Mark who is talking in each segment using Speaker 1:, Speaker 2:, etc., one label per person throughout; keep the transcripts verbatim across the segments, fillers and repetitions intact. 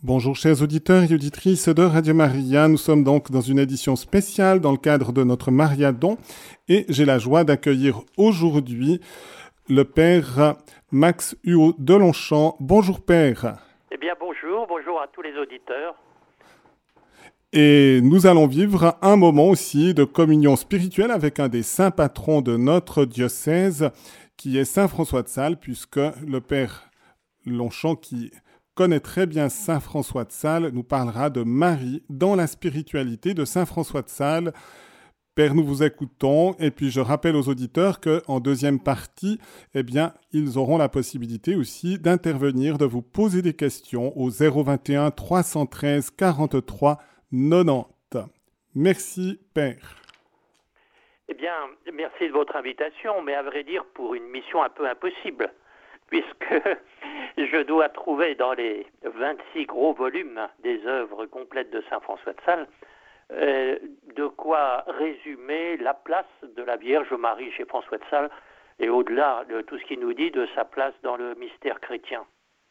Speaker 1: Bonjour chers auditeurs et auditrices de Radio Maria, nous sommes donc dans une édition spéciale dans le cadre de notre Mariadon et j'ai la joie d'accueillir aujourd'hui le Père Max Huot de Longchamp. Bonjour Père.
Speaker 2: Eh bien bonjour, bonjour à tous les auditeurs.
Speaker 1: Et nous allons vivre un moment aussi de communion spirituelle avec un des saints patrons de notre diocèse qui est Saint François de Sales, puisque le Père Longchamp qui connaît très bien Saint François de Sales nous parlera de Marie dans la spiritualité de Saint François de Sales. Père, nous vous écoutons et puis je rappelle aux auditeurs qu'en deuxième partie, eh bien, ils auront la possibilité aussi d'intervenir, de vous poser des questions au zéro vingt et un trois cent treize quarante-trois quatre-vingt-dix. Merci Père.
Speaker 2: Eh bien, merci de votre invitation, mais à vrai dire pour une mission un peu impossible, puisque je dois trouver dans les vingt-six gros volumes des œuvres complètes de Saint François de Sales euh, de quoi résumer la place de la Vierge Marie chez François de Sales et au-delà de tout ce qu'il nous dit de sa place dans le mystère chrétien.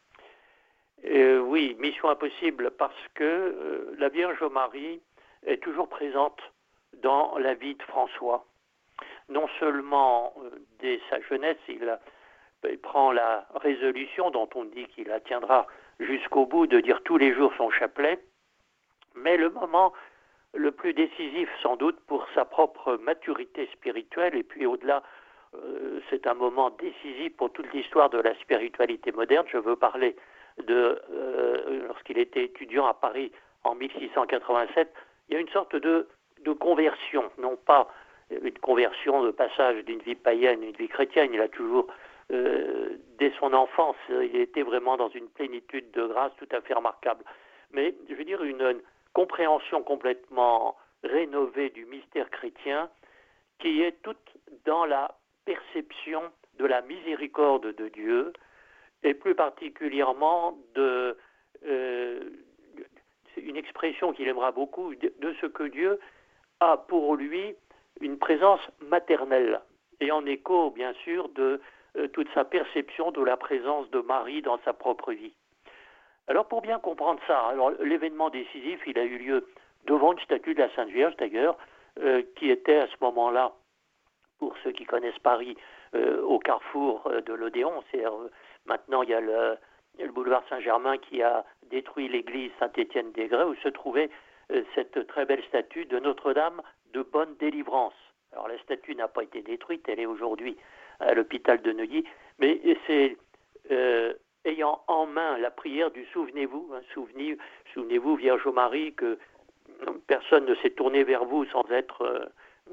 Speaker 2: Euh, oui, mission impossible parce que euh, la Vierge Marie est toujours présente dans la vie de François. Non seulement euh, dès sa jeunesse, il, a, il prend la résolution dont on dit qu'il la tiendra jusqu'au bout de dire tous les jours son chapelet, mais le moment le plus décisif sans doute pour sa propre maturité spirituelle et puis au-delà, euh, c'est un moment décisif pour toute l'histoire de la spiritualité moderne. Je veux parler de euh, lorsqu'il était étudiant à Paris en mille six cent quatre-vingt-sept, il y a une sorte de, de conversion, non pas une conversion de passage d'une vie païenne à une vie chrétienne. Il a toujours, euh, dès son enfance, il était vraiment dans une plénitude de grâce tout à fait remarquable. Mais je veux dire une, une compréhension complètement rénovée du mystère chrétien qui est toute dans la perception de la miséricorde de Dieu et plus particulièrement de euh, une expression qu'il aimera beaucoup, de, de ce que Dieu a pour lui une présence maternelle, et en écho bien sûr de euh, toute sa perception de la présence de Marie dans sa propre vie. Alors pour bien comprendre ça, alors l'événement décisif, il a eu lieu devant une statue de la Sainte Vierge d'ailleurs, euh, qui était à ce moment-là, pour ceux qui connaissent Paris, euh, au carrefour euh, de l'Odéon. C'est, euh, maintenant, il y a le, le boulevard Saint-Germain qui a détruit l'église Saint-Étienne-des-Grès, où se trouvait euh, cette très belle statue de Notre-Dame de Bonne Délivrance. Alors la statue n'a pas été détruite, elle est aujourd'hui à l'hôpital de Neuilly, mais c'est euh, ayant en main la prière du Souvenez-vous, hein, souvenez, souvenez-vous Vierge Marie, que personne ne s'est tourné vers vous sans être... Euh,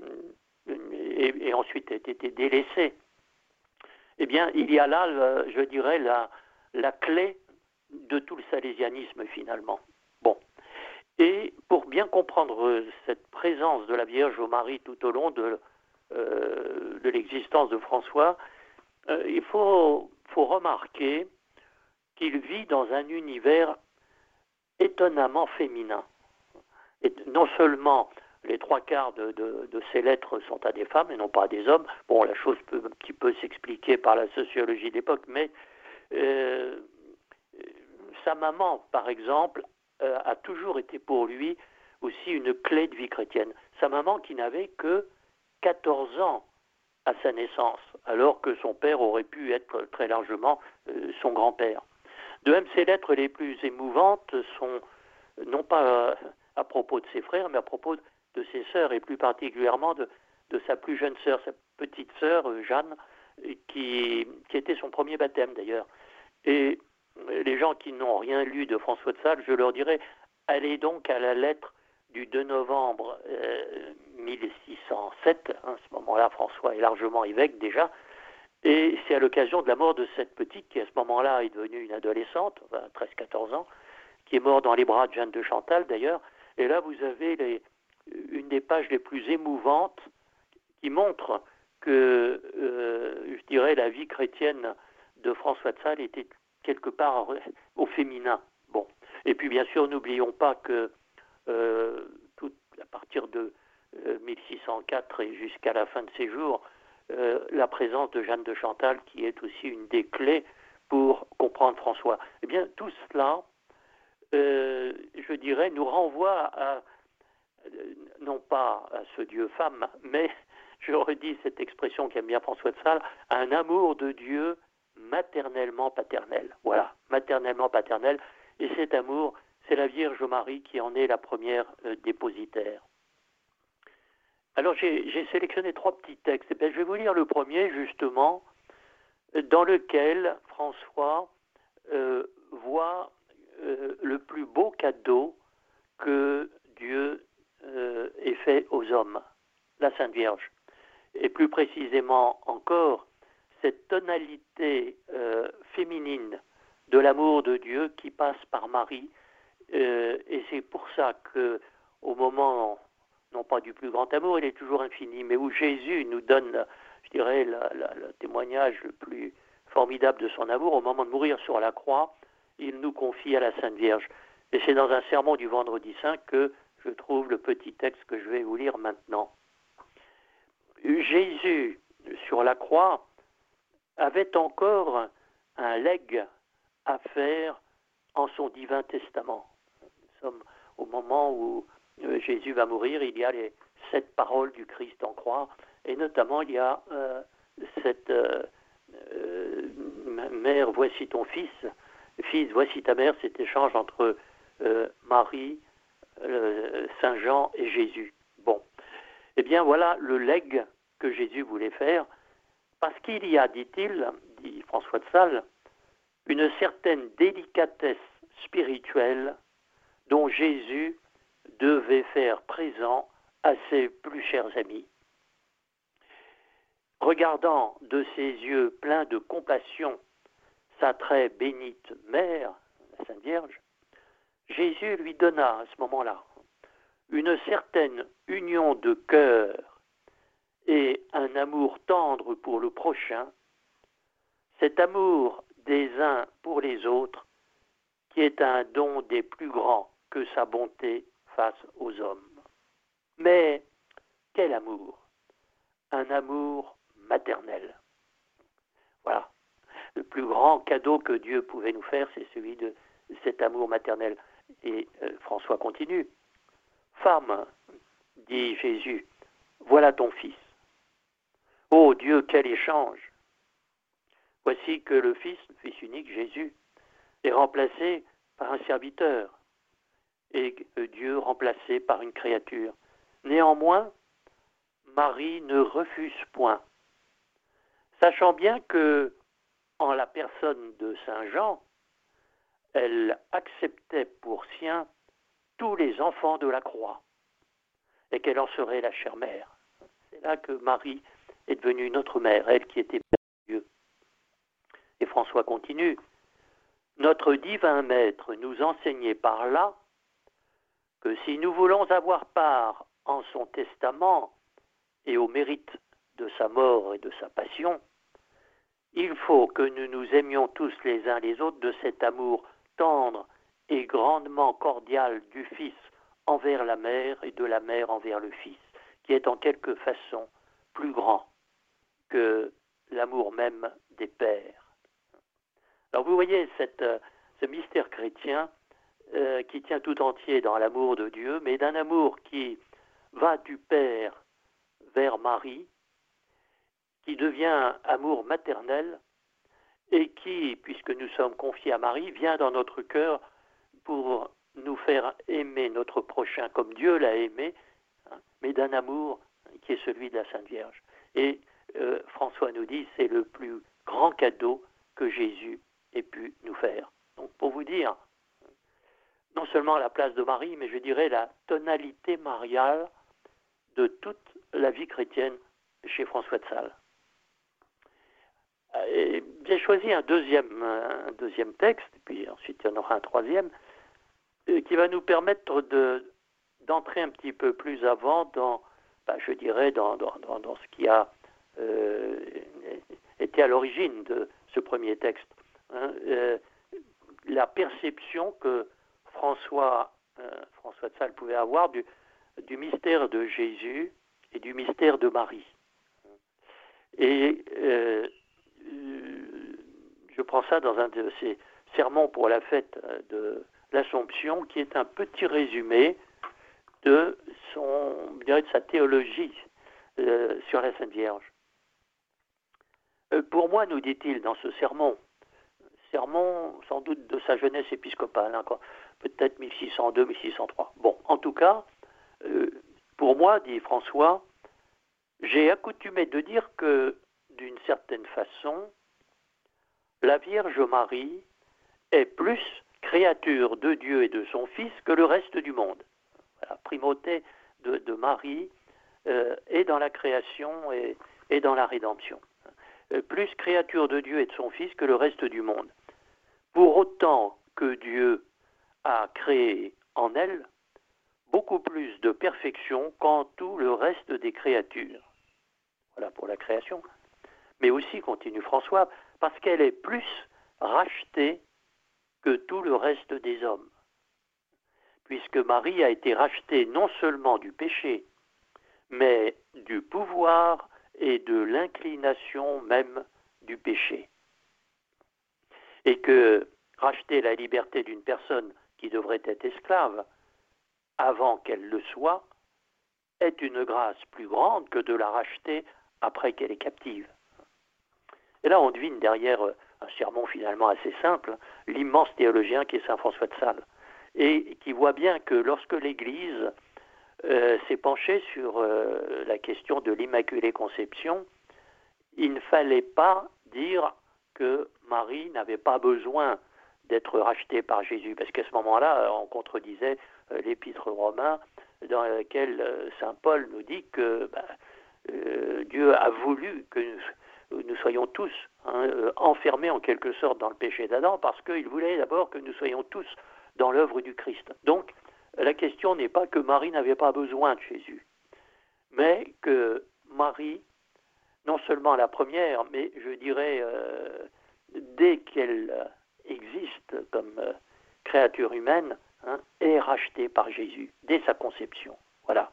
Speaker 2: Et, et ensuite a été délaissé, eh bien, il y a là, le, je dirais, la, la clé de tout le salésianisme, finalement. Bon. Et pour bien comprendre cette présence de la Vierge Marie tout au long de, euh, de l'existence de François, euh, il faut, faut remarquer qu'il vit dans un univers étonnamment féminin. Et non seulement les trois quarts de, de, de ces lettres sont à des femmes et non pas à des hommes. Bon, la chose peut un petit peu s'expliquer par la sociologie d'époque, mais euh, sa maman, par exemple, euh, a toujours été pour lui aussi une clé de vie chrétienne. Sa maman qui n'avait que quatorze ans à sa naissance, alors que son père aurait pu être très largement euh, son grand-père. De même, ses lettres les plus émouvantes sont non pas euh, à propos de ses frères, mais à propos de de ses sœurs, et plus particulièrement de, de sa plus jeune sœur, sa petite sœur, Jeanne, qui, qui était son premier baptême d'ailleurs. Et les gens qui n'ont rien lu de François de Sales, je leur dirais, allez donc à la lettre du deux novembre euh, mille six cent sept, hein, à ce moment-là François est largement évêque déjà, et c'est à l'occasion de la mort de cette petite, qui à ce moment-là est devenue une adolescente, enfin, treize quatorze ans, qui est morte dans les bras de Jeanne de Chantal d'ailleurs, et là vous avez les une des pages les plus émouvantes qui montre que, euh, je dirais, la vie chrétienne de François de Sales était quelque part au féminin. Bon. Et puis, bien sûr, n'oublions pas que euh, tout, à partir de euh, mille six cent quatre et jusqu'à la fin de ses jours, euh, la présence de Jeanne de Chantal, qui est aussi une des clés pour comprendre François. Eh bien, tout cela... Euh, je dirais, nous renvoie à, non pas à ce Dieu femme, mais, je redis cette expression qu'aime bien François de Sales, à un amour de Dieu maternellement paternel. Voilà, maternellement paternel. Et cet amour, c'est la Vierge Marie qui en est la première euh, dépositaire. Alors j'ai, j'ai sélectionné trois petits textes. Et bien, je vais vous lire le premier, justement, dans lequel François euh, voit euh, le plus beau cadeau que Dieu euh, ait fait aux hommes, la Sainte Vierge. Et plus précisément encore, cette tonalité euh, féminine de l'amour de Dieu qui passe par Marie. Euh, et c'est pour ça que, au moment, non pas du plus grand amour, il est toujours infini, mais où Jésus nous donne, je dirais, la, la, le témoignage le plus formidable de son amour, au moment de mourir sur la croix, il nous confie à la Sainte Vierge. Et c'est dans un sermon du Vendredi Saint que je trouve le petit texte que je vais vous lire maintenant. Jésus, sur la croix, avait encore un legs à faire en son divin testament. Nous sommes au moment où Jésus va mourir, il y a les sept paroles du Christ en croix, et notamment il y a euh, cette euh, euh, mère, voici ton fils, fils, voici ta mère, cet échange entre euh, Marie, euh, Saint Jean et Jésus. Bon, eh bien voilà le legs que Jésus voulait faire, parce qu'il y a, dit-il, dit François de Sales, une certaine délicatesse spirituelle dont Jésus devait faire présent à ses plus chers amis. Regardant de ses yeux pleins de compassion sa très bénite mère, la Sainte Vierge, Jésus lui donna à ce moment-là une certaine union de cœur et un amour tendre pour le prochain, cet amour des uns pour les autres qui est un don des plus grands que sa bonté face aux hommes. Mais quel amour! Un amour maternel. Voilà. Le plus grand cadeau que Dieu pouvait nous faire, c'est celui de cet amour maternel. Et euh, François continue. Femme, dit Jésus, voilà ton fils. Ô Dieu, quel échange! Voici que le Fils, le Fils unique, Jésus, est remplacé par un serviteur et Dieu remplacé par une créature. Néanmoins, Marie ne refuse point, sachant bien que, en la personne de Saint Jean, elle acceptait pour sien tous les enfants de la croix et qu'elle en serait la chère mère. C'est là que Marie est devenue notre mère, elle qui était Mère de Dieu. Et François continue. Notre divin maître nous enseignait par là que si nous voulons avoir part en son testament et au mérite de sa mort et de sa passion, il faut que nous nous aimions tous les uns les autres de cet amour tendre et grandement cordial du Fils envers la mère et de la mère envers le Fils, qui est en quelque façon plus grand que l'amour même des pères. Alors vous voyez cette, euh, ce mystère chrétien euh, qui tient tout entier dans l'amour de Dieu, mais d'un amour qui va du Père vers Marie, qui devient amour maternel et qui, puisque nous sommes confiés à Marie, vient dans notre cœur pour nous faire aimer notre prochain comme Dieu l'a aimé, hein, mais d'un amour qui est celui de la Sainte Vierge. Et euh, François nous dit, c'est le plus grand cadeau que Jésus ait pu nous faire. Donc pour vous dire, non seulement la place de Marie, mais je dirais la tonalité mariale de toute la vie chrétienne chez François de Sales. Et j'ai choisi un deuxième, un deuxième texte, et puis ensuite il y en aura un troisième, qui va nous permettre de, d'entrer un petit peu plus avant dans, bah, je dirais, dans, dans, dans, dans ce qui a euh, été à l'origine de ce premier texte. Hein, euh, la perception que François, euh, François de Sales pouvait avoir du, du mystère de Jésus et du mystère de Marie. Et euh, je prends ça dans un de ces sermons pour la fête de l'Assomption, qui est un petit résumé de, son, je dirais de sa théologie euh, sur la Sainte Vierge. Euh, pour moi, nous dit-il dans ce sermon, sermon sans doute de sa jeunesse épiscopale, hein, peut-être mille six cent deux mille six cent trois. Bon, en tout cas, euh, pour moi, dit François, j'ai accoutumé de dire que, d'une certaine façon, la Vierge Marie est plus créature de Dieu et de son Fils que le reste du monde. La primauté de, de Marie euh, est dans la création et, et dans la rédemption. Euh, plus créature de Dieu et de son Fils que le reste du monde. Pour autant que Dieu a créé en elle beaucoup plus de perfection qu'en tout le reste des créatures. Voilà pour la création. Mais aussi, continue François, parce qu'elle est plus rachetée que tout le reste des hommes. Puisque Marie a été rachetée non seulement du péché, mais du pouvoir et de l'inclination même du péché. Et que racheter la liberté d'une personne qui devrait être esclave avant qu'elle le soit est une grâce plus grande que de la racheter après qu'elle est captive. Et là, on devine derrière un sermon finalement assez simple, l'immense théologien qui est saint François de Sales, et qui voit bien que lorsque l'Église euh, s'est penchée sur euh, la question de l'Immaculée Conception, il ne fallait pas dire que Marie n'avait pas besoin d'être rachetée par Jésus, parce qu'à ce moment-là, on contredisait euh, l'Épître aux Romains, dans laquelle euh, saint Paul nous dit que bah, euh, Dieu a voulu que nous, nous soyons tous hein, euh, enfermés en quelque sorte dans le péché d'Adam, parce qu'il voulait d'abord que nous soyons tous dans l'œuvre du Christ. Donc, la question n'est pas que Marie n'avait pas besoin de Jésus, mais que Marie, non seulement la première, mais je dirais, euh, dès qu'elle existe comme euh, créature humaine, hein, est rachetée par Jésus, dès sa conception. Voilà.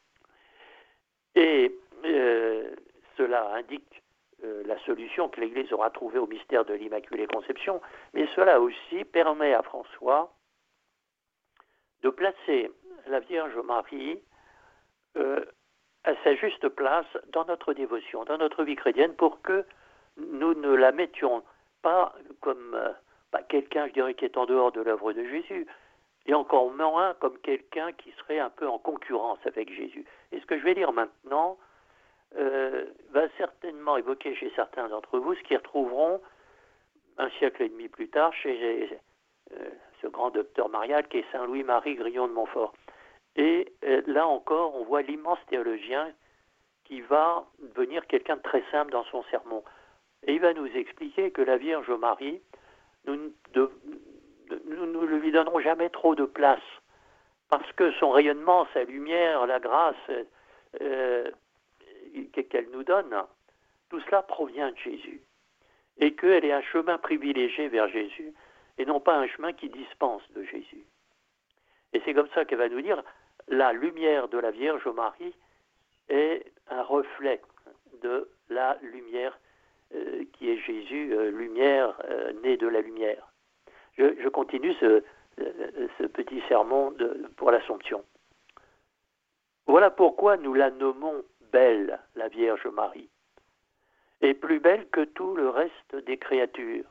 Speaker 2: Et euh, cela indique euh, la solution que l'Église aura trouvée au mystère de l'Immaculée Conception, mais cela aussi permet à François de placer la Vierge Marie euh, à sa juste place dans notre dévotion, dans notre vie chrétienne, pour que nous ne la mettions pas comme euh, bah, quelqu'un, je dirais, qui est en dehors de l'œuvre de Jésus, et encore moins comme quelqu'un qui serait un peu en concurrence avec Jésus. Et ce que je vais dire maintenant euh, va certainement évoquer chez certains d'entre vous ce qu'ils retrouveront un siècle et demi plus tard chez euh, ce grand docteur marial qui est saint Louis-Marie Grillon de Montfort. Et euh, là encore, on voit l'immense théologien qui va devenir quelqu'un de très simple dans son sermon. Et il va nous expliquer que la Vierge Marie, nous ne lui donnerons jamais trop de place, parce que son rayonnement, sa lumière, la grâce euh, qu'elle nous donne, tout cela provient de Jésus. Et qu'elle est un chemin privilégié vers Jésus, et non pas un chemin qui dispense de Jésus. Et c'est comme ça qu'elle va nous dire, la lumière de la Vierge Marie est un reflet de la lumière euh, qui est Jésus, euh, lumière euh, née de la lumière. Je, je continue ce, ce petit sermon de, pour l'Assomption. Voilà pourquoi nous la nommons belle, la Vierge Marie, et plus belle que tout le reste des créatures.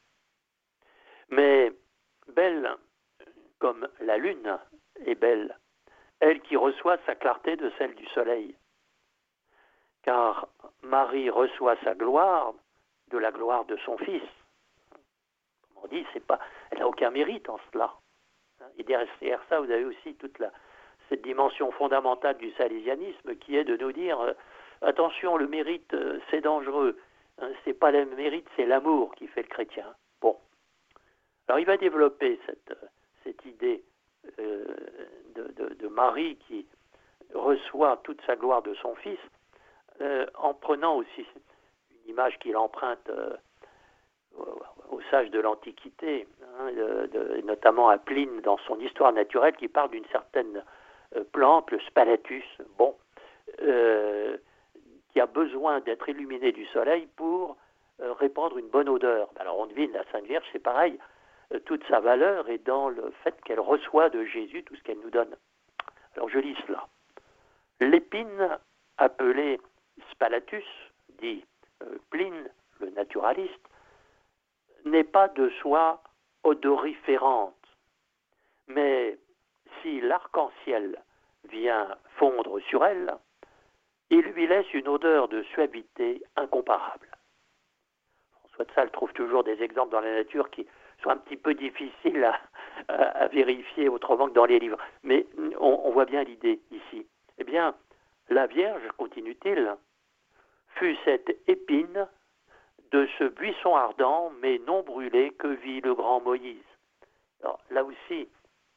Speaker 2: Mais belle comme la lune est belle, elle qui reçoit sa clarté de celle du soleil. Car Marie reçoit sa gloire de la gloire de son Fils. Comme on dit, c'est pas, elle n'a aucun mérite en cela. Et derrière ça, vous avez aussi toute la, cette dimension fondamentale du salésianisme qui est de nous dire, euh, attention, le mérite, euh, c'est dangereux. Hein, c'est pas le mérite, c'est l'amour qui fait le chrétien. Bon. Alors il va développer cette, cette idée euh, de, de, de Marie qui reçoit toute sa gloire de son Fils, euh, en prenant aussi une image qu'il emprunte euh, aux sages de l'Antiquité, hein, de, de, notamment à Pline dans son Histoire naturelle, qui parle d'une certaine euh, plante, le spalatus, bon, euh, qui a besoin d'être illuminée du soleil pour euh, répandre une bonne odeur. Alors on devine, la Sainte Vierge, c'est pareil, euh, toute sa valeur est dans le fait qu'elle reçoit de Jésus tout ce qu'elle nous donne. Alors je lis cela. L'épine appelée spalatus, dit euh, Pline, le naturaliste, n'est pas de soi odoriférante, mais si l'arc-en-ciel vient fondre sur elle, il lui laisse une odeur de suavité incomparable. François de Sales trouve toujours des exemples dans la nature qui sont un petit peu difficiles à, à, à vérifier autrement que dans les livres. Mais on, on voit bien l'idée ici. Eh bien, la Vierge, continue-t-il, fut cette épine de ce buisson ardent, mais non brûlé, que vit le grand Moïse. Alors, là aussi,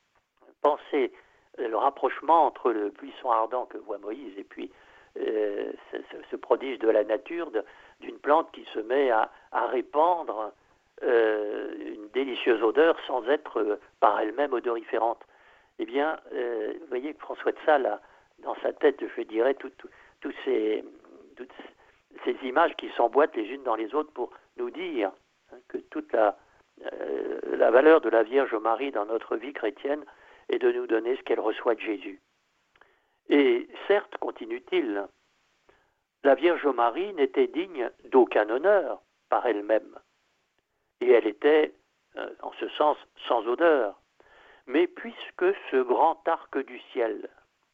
Speaker 2: pensez le rapprochement entre le buisson ardent que voit Moïse et puis euh, ce, ce prodige de la nature, de, d'une plante qui se met à, à répandre euh, une délicieuse odeur sans être euh, par elle-même odoriférante. Eh bien, euh, vous voyez que François de Sales a dans sa tête, je dirais, toutes tout, tout ces, toutes ces images qui s'emboîtent les unes dans les autres pour nous dire hein, que toute la, euh, la valeur de la Vierge Marie dans notre vie chrétienne est de nous donner ce qu'elle reçoit de Jésus. Et certes, continue-t-il, la Vierge Marie n'était digne d'aucun honneur par elle-même, et elle était, euh, en ce sens, sans odeur. Mais puisque ce grand arc du ciel,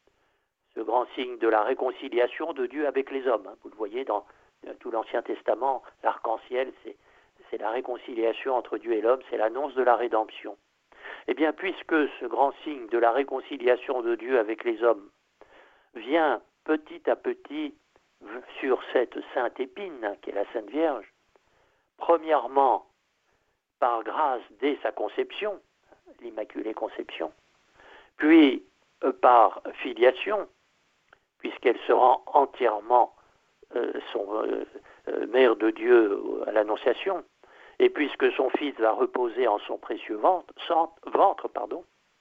Speaker 2: ce grand signe de la réconciliation de Dieu avec les hommes, hein, vous le voyez dans tout l'Ancien Testament, l'arc-en-ciel, c'est, c'est la réconciliation entre Dieu et l'homme, c'est l'annonce de la rédemption. Eh bien, puisque ce grand signe de la réconciliation de Dieu avec les hommes vient petit à petit sur cette sainte épine, qui est la Sainte Vierge, premièrement, par grâce dès sa conception, l'Immaculée Conception, puis euh, par filiation, puisqu'elle se rend entièrement euh, son, euh, euh, mère de Dieu à l'Annonciation, et puisque son Fils va reposer en son précieux ventre, ventre pardon,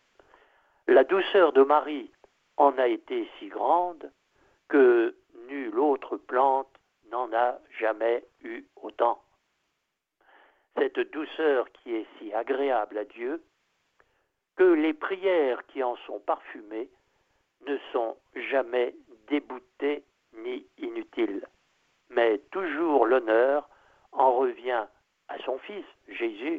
Speaker 2: la douceur de Marie en a été si grande que nulle autre plante n'en a jamais eu autant. Cette douceur qui est si agréable à Dieu que les prières qui en sont parfumées ne sont jamais déboutées ni inutiles, mais toujours l'honneur en revient à son Fils, Jésus,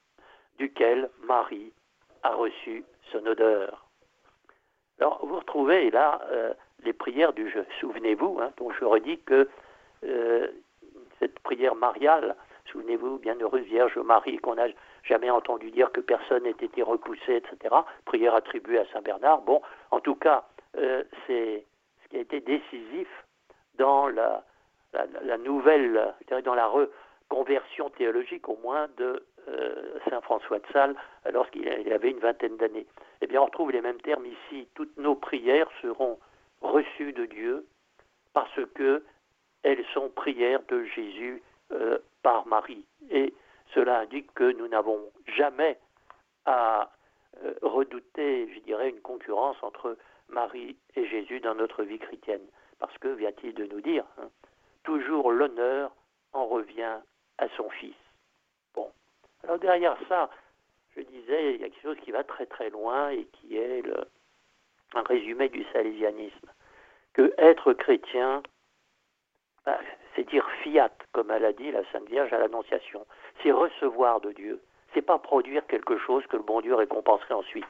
Speaker 2: duquel Marie a reçu son odeur. Alors, vous retrouvez là euh, les prières du jeu. Souvenez-vous, hein, dont je redis que euh, cette prière mariale, souvenez-vous, bienheureuse Vierge Marie, qu'on n'a jamais entendu dire que personne n'ait été repoussé, et cetera. Prière attribuée à Saint Bernard. Bon, en tout cas, euh, c'est ce qui a été décisif dans la, la, la nouvelle, je dirais dans la reconversion théologique au moins de euh, Saint François de Sales, lorsqu'il avait une vingtaine d'années. Eh bien, on retrouve les mêmes termes ici. Toutes nos prières seront reçues de Dieu parce que elles sont prières de Jésus euh, par Marie. Et cela indique que nous n'avons jamais à euh, redouter, je dirais, une concurrence entre Marie et Jésus dans notre vie chrétienne. Parce que, vient-il de nous dire, hein, toujours l'honneur en revient à son Fils. Bon. Alors derrière ça, je disais, il y a quelque chose qui va très très loin et qui est le, un résumé du salésianisme. Que être chrétien, bah, c'est dire fiat, comme elle a dit la Sainte Vierge à l'Annonciation. C'est recevoir de Dieu. C'est pas produire quelque chose que le bon Dieu récompenserait ensuite.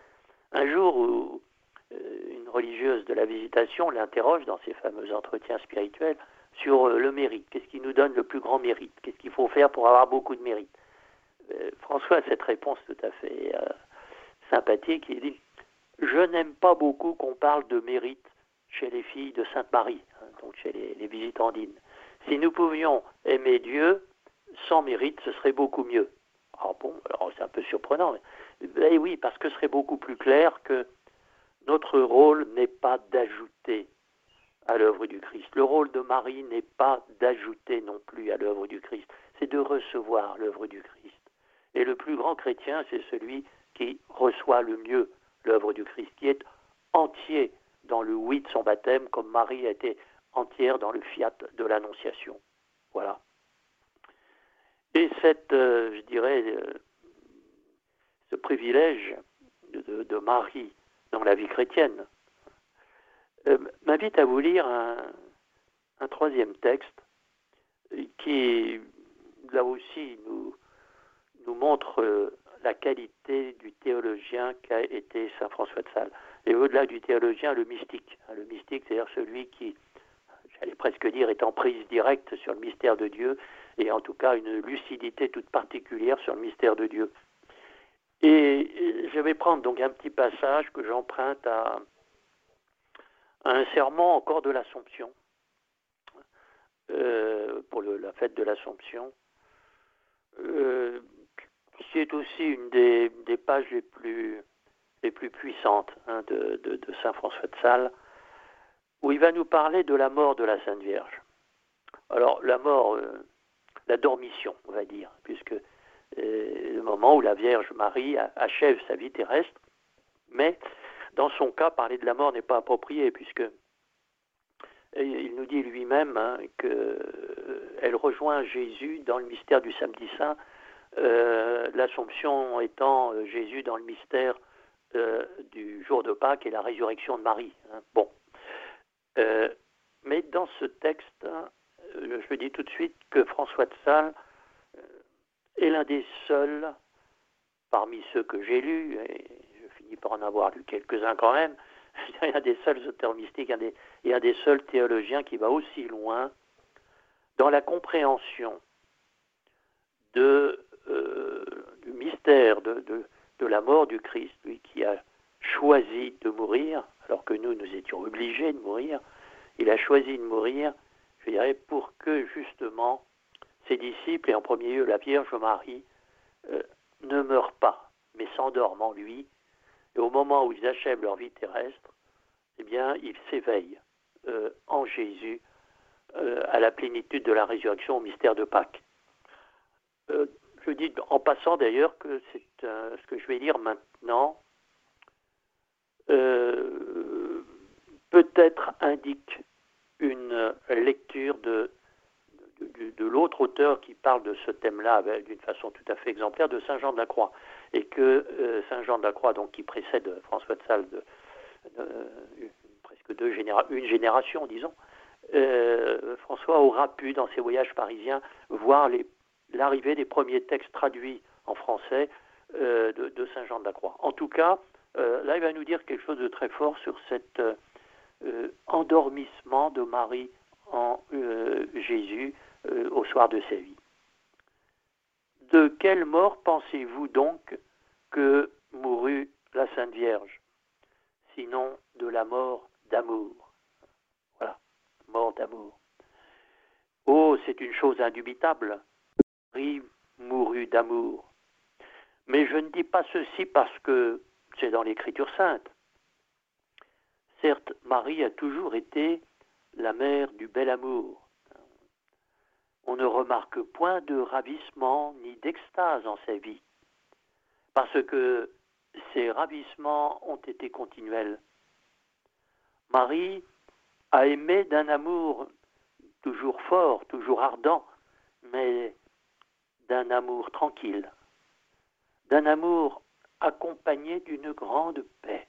Speaker 2: Un jour où euh, une religieuse de la Visitation l'interroge dans ses fameux entretiens spirituels sur euh, le mérite. Qu'est-ce qui nous donne le plus grand mérite? Qu'est-ce qu'il faut faire pour avoir beaucoup de mérite? euh, François a cette réponse tout à fait euh, sympathique. Il dit « Je n'aime pas beaucoup qu'on parle de mérite chez les filles de Sainte Marie, hein, donc chez les, les visitandines. Si nous pouvions aimer Dieu sans mérite, ce serait beaucoup mieux. » Ah bon, alors c'est un peu surprenant. Mais, ben oui, parce que ce serait beaucoup plus clair que notre rôle n'est pas d'ajouter à l'œuvre du Christ. Le rôle de Marie n'est pas d'ajouter non plus à l'œuvre du Christ, c'est de recevoir l'œuvre du Christ. Et le plus grand chrétien, c'est celui qui reçoit le mieux l'œuvre du Christ, qui est entier dans le oui de son baptême, comme Marie a été entière dans le fiat de l'Annonciation. Voilà. Et cette, euh, je dirais, euh, le privilège de, de, de Marie dans la vie chrétienne, euh, m'invite à vous lire un, un troisième texte qui, là aussi, nous, nous montre euh, la qualité du théologien qu'a été saint François de Sales. Et au-delà du théologien, le mystique. Le mystique, c'est-à-dire celui qui, j'allais presque dire, est en prise directe sur le mystère de Dieu, et en tout cas une lucidité toute particulière sur le mystère de Dieu. Et je vais prendre donc un petit passage que j'emprunte à, à un serment encore de l'Assomption, euh, pour le, la fête de l'Assomption, euh, qui est aussi une des, des pages les plus, les plus puissantes hein, de, de, de saint François de Sales, où il va nous parler de la mort de la Sainte Vierge. Alors, la mort, euh, la dormition, on va dire, puisque euh, le moment où la Vierge Marie achève sa vie terrestre, mais dans son cas, parler de la mort n'est pas approprié, puisque il nous dit lui-même hein, qu'elle rejoint Jésus dans le mystère du samedi saint, euh, l'Assomption étant euh, Jésus dans le mystère euh, du jour de Pâques et la résurrection de Marie. Hein. Bon. Euh, mais dans ce texte, hein, je dis tout de suite que François de Sales euh, est l'un des seuls, parmi ceux que j'ai lus, et je finis par en avoir lu quelques-uns quand même, il y a un des seuls auteurs mystiques, un des, et un des seuls théologiens qui va aussi loin dans la compréhension de, euh, du mystère de, de, de la mort du Christ, lui qui a choisi de mourir, alors que nous, nous étions obligés de mourir. Il a choisi de mourir, je dirais, pour que justement ses disciples, et en premier lieu la Vierge Marie, euh, ne meurent pas, mais s'endorment en lui. Et au moment où ils achèvent leur vie terrestre, eh bien, ils s'éveillent euh, en Jésus euh, à la plénitude de la résurrection au mystère de Pâques. Euh, je dis en passant d'ailleurs que c'est euh, ce que je vais lire maintenant euh, peut-être indique une lecture de, de, de, de l'autre auteur qui parle de ce thème-là d'une façon tout à fait exemplaire, de saint Jean de la Croix. Et que euh, saint Jean de la Croix, donc, qui précède François de Sales de, de, de, presque deux généra- une génération, disons, euh, François aura pu, dans ses voyages parisiens, voir les, l'arrivée des premiers textes traduits en français euh, de, de saint Jean de la Croix. En tout cas, euh, là, il va nous dire quelque chose de très fort sur cet euh, endormissement de Marie en euh, Jésus euh, au soir de sa vie. De quelle mort pensez-vous donc que mourut la Sainte Vierge, sinon de la mort d'amour? Voilà, mort d'amour. Oh, c'est une chose indubitable. Marie mourut d'amour. Mais je ne dis pas ceci parce que c'est dans l'Écriture sainte. Certes, Marie a toujours été la mère du bel amour. On ne remarque point de ravissement ni d'extase en sa vie, parce que ces ravissements ont été continuels. Marie a aimé d'un amour toujours fort, toujours ardent, mais d'un amour tranquille, d'un amour accompagné d'une grande paix.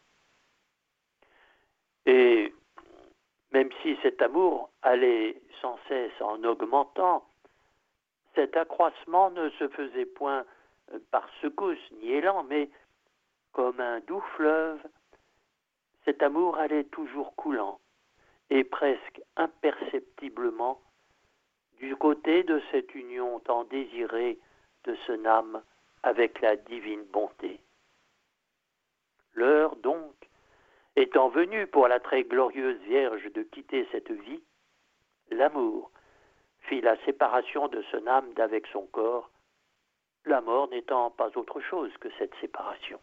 Speaker 2: Et même si cet amour allait sans cesse en augmentant, cet accroissement ne se faisait point par secousse ni élan, mais comme un doux fleuve, cet amour allait toujours coulant et presque imperceptiblement du côté de cette union tant désirée de son âme avec la divine bonté. L'heure donc étant venue pour la très glorieuse Vierge de quitter cette vie, l'amour fit la séparation de son âme d'avec son corps, la mort n'étant pas autre chose que cette séparation.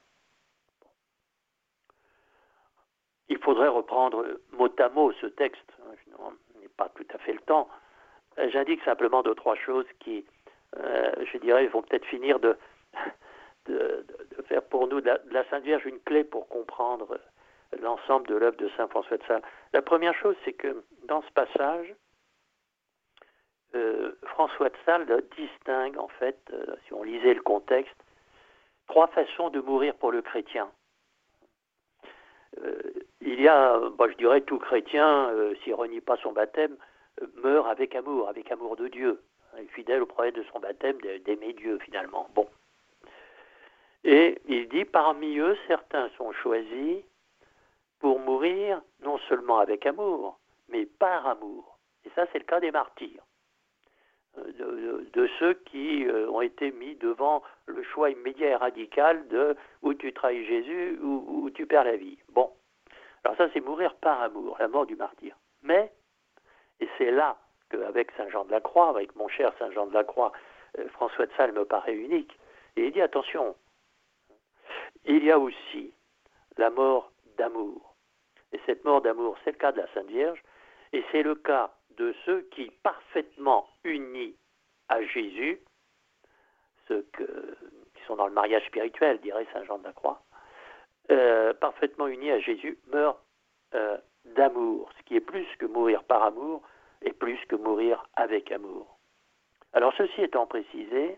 Speaker 2: Il faudrait reprendre mot à mot ce texte, je n'ai pas tout à fait le temps. J'indique simplement deux, trois choses qui, euh, je dirais, vont peut-être finir de, de, de faire pour nous de la, de la Sainte Vierge une clé pour comprendre l'ensemble de l'œuvre de saint François de Sales. La première chose, c'est que dans ce passage, euh, François de Sales distingue, en fait, euh, si on lisait le contexte, trois façons de mourir pour le chrétien. Euh, il y a, bah, je dirais, tout chrétien, euh, s'il ne renie pas son baptême, euh, meurt avec amour, avec amour de Dieu, hein, fidèle au projet de son baptême, d'aimer Dieu finalement. Bon. Et il dit, parmi eux, certains sont choisis pour mourir non seulement avec amour, mais par amour. Et ça, c'est le cas des martyrs. De, de, de ceux qui euh, ont été mis devant le choix immédiat et radical de où tu trahis Jésus ou où tu perds la vie. Bon, alors ça c'est mourir par amour, la mort du martyr. Mais, et c'est là qu'avec Saint Jean de la Croix, avec mon cher Saint Jean de la Croix, euh, François de Sales me paraît unique, et il dit attention, il y a aussi la mort d'amour. Et cette mort d'amour, c'est le cas de la Sainte Vierge, et c'est le cas de ceux qui, parfaitement unis à Jésus, ceux que, qui sont dans le mariage spirituel, dirait Saint Jean de la Croix, euh, parfaitement unis à Jésus, meurent euh, d'amour, ce qui est plus que mourir par amour, et plus que mourir avec amour. Alors ceci étant précisé,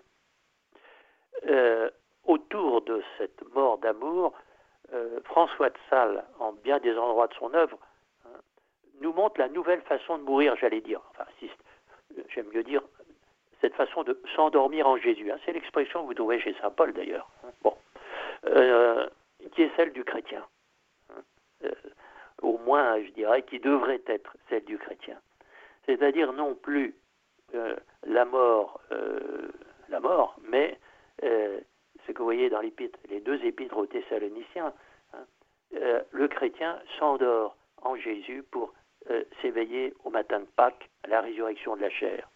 Speaker 2: euh, autour de cette mort d'amour, euh, François de Sales, en bien des endroits de son œuvre, nous montre la nouvelle façon de mourir, j'allais dire. Enfin, si, j'aime mieux dire cette façon de s'endormir en Jésus. Hein. C'est l'expression que vous trouvez chez Saint Paul, d'ailleurs. Hein. Bon. Euh, qui est celle du chrétien. Hein. Euh, au moins, je dirais, qui devrait être celle du chrétien. C'est-à-dire non plus euh, la mort, euh, la mort, mais euh, ce que vous voyez dans l'épître, les deux épîtres aux Thessaloniciens, hein, euh, le chrétien s'endort en Jésus pour Euh, s'éveiller au matin de Pâques, à la résurrection de la chair.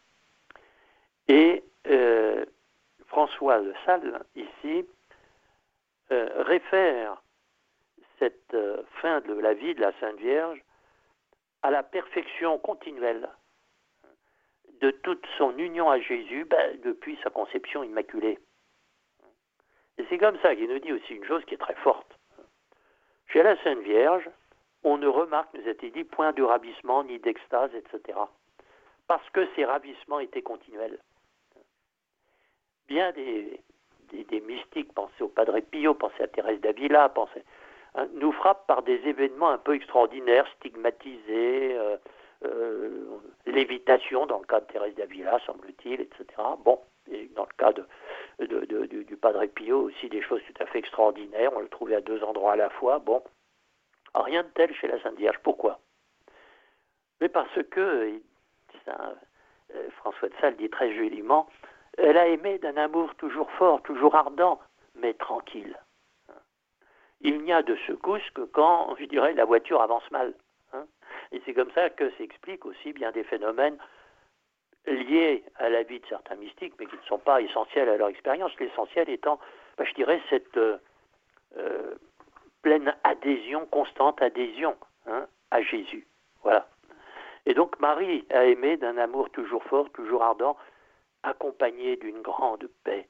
Speaker 2: Et euh, François de Sales, ici, euh, réfère cette euh, fin de la vie de la Sainte Vierge à la perfection continuelle de toute son union à Jésus ben, depuis sa conception immaculée. Et c'est comme ça qu'il nous dit aussi une chose qui est très forte. Chez la Sainte Vierge, on ne remarque, nous a-t-il dit, point de ravissement, ni d'extase, et cetera. Parce que ces ravissements étaient continuels. Bien des, des, des mystiques, pensez au Padre Pio, pensez à Thérèse d'Avila, pensez, hein, nous frappent par des événements un peu extraordinaires, stigmatisés, euh, euh, lévitation, dans le cas de Thérèse d'Avila, semble-t-il, et cetera. Bon, et dans le cas de, de, de, de, du Padre Pio aussi, des choses tout à fait extraordinaires, on le trouvait à deux endroits à la fois, bon. Rien de tel chez la Sainte Vierge. Pourquoi? Mais parce que, ça, euh, François de Sales dit très joliment, elle a aimé d'un amour toujours fort, toujours ardent, mais tranquille. Il n'y a de secousse que quand, je dirais, la voiture avance mal. Hein. Et c'est comme ça que s'expliquent aussi bien des phénomènes liés à la vie de certains mystiques, mais qui ne sont pas essentiels à leur expérience. L'essentiel étant, ben, je dirais, cette euh, euh, pleine adhésion, constante adhésion hein, à Jésus. Voilà. Et donc Marie a aimé d'un amour toujours fort, toujours ardent, accompagné d'une grande paix.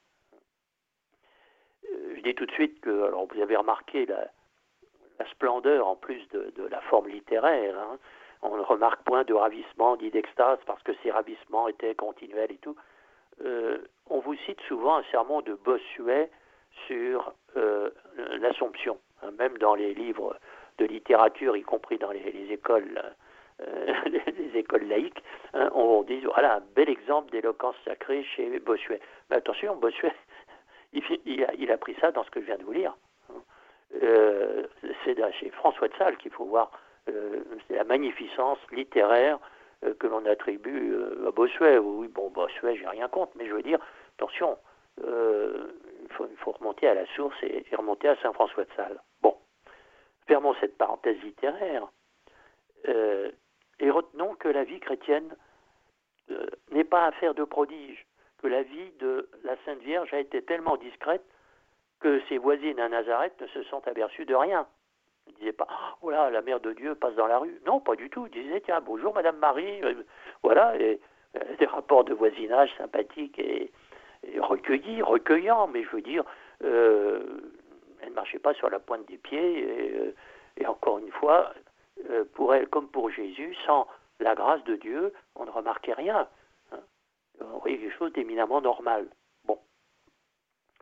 Speaker 2: Euh, je dis tout de suite que, alors vous avez remarqué la, la splendeur en plus de, de la forme littéraire. Hein. On ne remarque point de ravissement ni d'extase parce que ces ravissements étaient continuels et tout. Euh, on vous cite souvent un sermon de Bossuet sur euh, l'Assomption, hein, même dans les livres de littérature, y compris dans les, les écoles, euh, les écoles laïques, hein, on dit voilà un bel exemple d'éloquence sacrée chez Bossuet. Mais attention, Bossuet, il, il, a, il a pris ça dans ce que je viens de vous lire. Euh, c'est chez François de Sales qu'il faut voir euh, c'est la magnificence littéraire euh, que l'on attribue euh, à Bossuet. Oui, bon, Bossuet, j'ai rien contre, mais je veux dire, attention. Euh, il, faut, il faut remonter à la source et, et remonter à Saint François de Sales. Bon, fermons cette parenthèse littéraire euh, et retenons que la vie chrétienne euh, n'est pas affaire de prodige, que la vie de la Sainte Vierge a été tellement discrète que ses voisines à Nazareth ne se sont aperçues de rien. Ils ne disaient pas « Oh là, la mère de Dieu passe dans la rue ». Non, pas du tout. Ils disaient « Tiens, bonjour Madame Marie euh, ». Voilà, et euh, des rapports de voisinage sympathiques et Et recueilli, recueillant, mais je veux dire, euh, elle ne marchait pas sur la pointe des pieds, et, et encore une fois, euh, pour elle comme pour Jésus, sans la grâce de Dieu, on ne remarquait rien. Hein. On voyait quelque chose d'éminemment normal. Bon.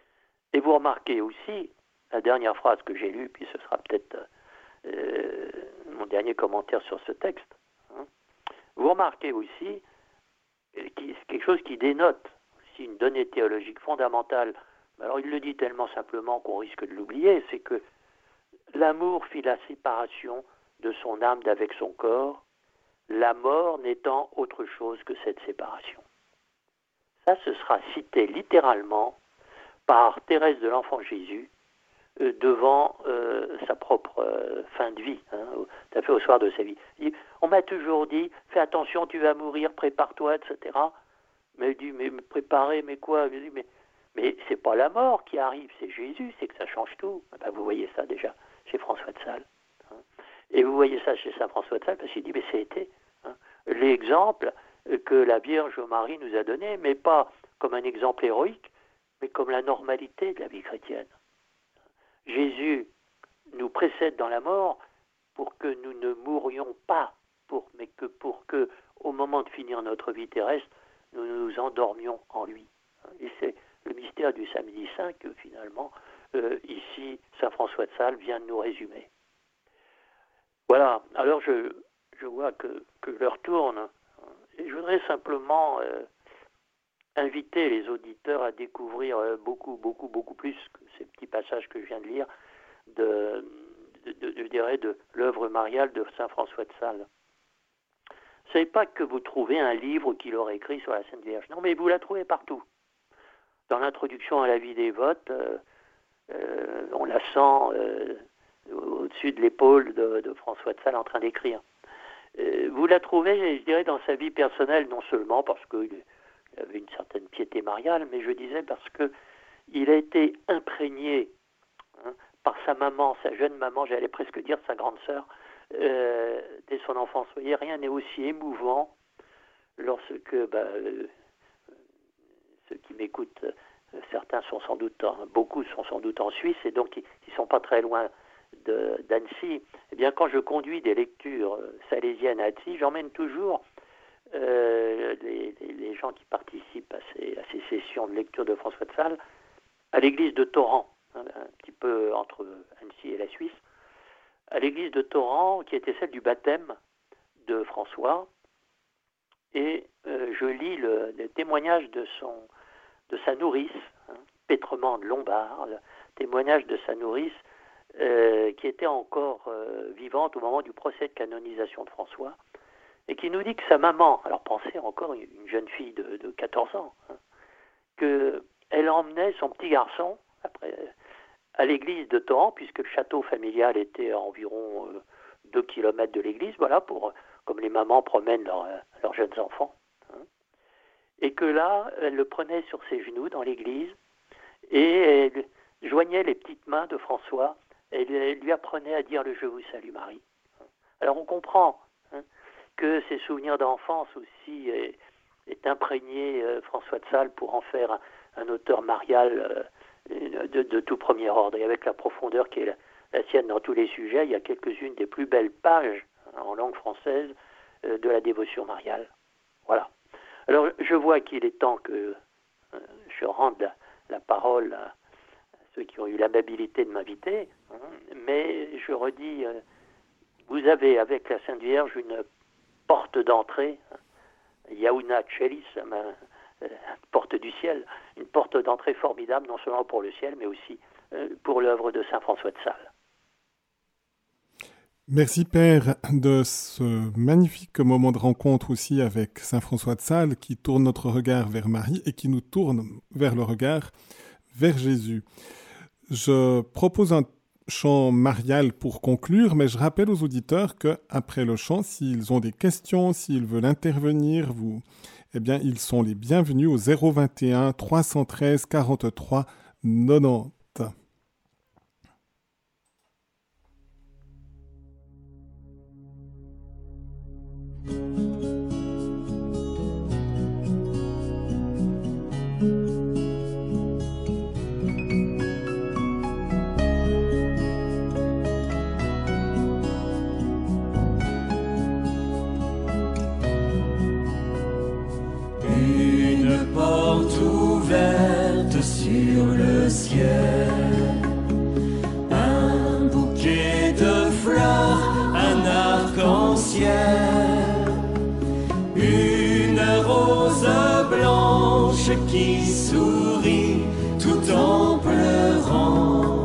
Speaker 2: Et vous remarquez aussi, la dernière phrase que j'ai lue, puis ce sera peut-être euh, mon dernier commentaire sur ce texte, hein, vous remarquez aussi quelque chose qui dénote aussi une donnée théologique fondamentale. Alors il le dit tellement simplement qu'on risque de l'oublier, c'est que l'amour fit la séparation de son âme d'avec son corps, la mort n'étant autre chose que cette séparation. Ça, ce sera cité littéralement par Thérèse de l'Enfant Jésus euh, devant euh, sa propre euh, fin de vie, hein, tout à fait au soir de sa vie. Il dit, on m'a toujours dit, fais attention, tu vas mourir, prépare-toi, et cetera. Mais il dit, mais, mais préparer, mais quoi? Il dit, mais, mais c'est pas la mort qui arrive, c'est Jésus, c'est que ça change tout. Ben, vous voyez ça déjà chez François de Sales. Hein. Et vous voyez ça chez Saint François de Sales, parce qu'il dit, mais c'était hein, l'exemple que la Vierge Marie nous a donné, mais pas comme un exemple héroïque, mais comme la normalité de la vie chrétienne. Jésus nous précède dans la mort pour que nous ne mourions pas, pour, mais que pour que, au moment de finir notre vie terrestre, nous nous endormions en lui. Et c'est le mystère du samedi saint que finalement, euh, ici, Saint François de Sales vient de nous résumer. Voilà, alors je, je vois que, que l'heure tourne, et je voudrais simplement euh, inviter les auditeurs à découvrir euh, beaucoup, beaucoup, beaucoup plus que ces petits passages que je viens de lire de, de, de, de, je dirais, de l'œuvre mariale de Saint François de Sales. Ce n'est pas que vous trouvez un livre qu'il aurait écrit sur la Sainte Vierge, non, mais vous la trouvez partout. Dans l'introduction à la vie des votes, euh, euh, on la sent euh, au-dessus de l'épaule de, de François de Sales en train d'écrire. Euh, vous la trouvez, je dirais, dans sa vie personnelle, non seulement parce qu'il avait une certaine piété mariale, mais je disais parce qu'il a été imprégné hein, par sa maman, sa jeune maman, j'allais presque dire sa grande sœur, euh, dès son enfance. Vous voyez, rien n'est aussi émouvant lorsque, bah, euh, ceux qui m'écoutent, euh, certains sont sans doute, en, beaucoup sont sans doute en Suisse, et donc ils ne sont pas très loin de, d'Annecy. Eh bien, quand je conduis des lectures euh, salésiennes à Annecy, j'emmène toujours euh, les, les, les gens qui participent à ces, à ces sessions de lecture de François de Sales à l'église de Torrent, hein, un petit peu entre Annecy et la Suisse, à l'église de Torrent, qui était celle du baptême de François, et euh, je lis le, le témoignage de, son, de sa nourrice, hein, Pétrement de Lombard, le témoignage de sa nourrice, euh, qui était encore euh, vivante au moment du procès de canonisation de François, et qui nous dit que sa maman, alors pensez encore une jeune fille de, de quatorze ans, hein, qu'elle emmenait son petit garçon après, à l'église de Torrent, puisque le château familial était à environ euh, deux kilomètres de l'église, voilà, pour, comme les mamans promènent leur, leurs jeunes enfants. Hein, et que là, elle le prenait sur ses genoux dans l'église, et elle joignait les petites mains de François, et elle lui apprenait à dire le « Je vous salue Marie ». Alors on comprend hein, que ces souvenirs d'enfance aussi est, est imprégné euh, François de Sales pour en faire un, un auteur marial euh, de, de tout premier ordre, et avec la profondeur qui est la, la sienne dans tous les sujets. Il y a quelques-unes des plus belles pages hein, en langue française euh, de la dévotion mariale. Voilà. Alors je vois qu'il est temps que euh, je rende la, la parole à, à ceux qui ont eu l'amabilité de m'inviter, hein, mais je redis, euh, vous avez avec la Sainte Vierge une porte d'entrée, hein, Iauna Celis, euh, porte du ciel, une porte d'entrée formidable, non seulement pour le ciel, mais aussi euh, pour l'œuvre de Saint François de Sales.
Speaker 1: Merci Père de ce magnifique moment de rencontre aussi avec Saint François de Sales qui tourne notre regard vers Marie et qui nous tourne vers le regard vers Jésus. Je propose un chant marial pour conclure, mais je rappelle aux auditeurs qu'après le chant, s'ils ont des questions, s'ils veulent intervenir, vous, eh bien, ils sont les bienvenus au zéro vingt et un trois cent treize quarante-trois quatre-vingt-dix.
Speaker 3: Une porte ouverte sur le ciel. blanche qui sourit tout en pleurant.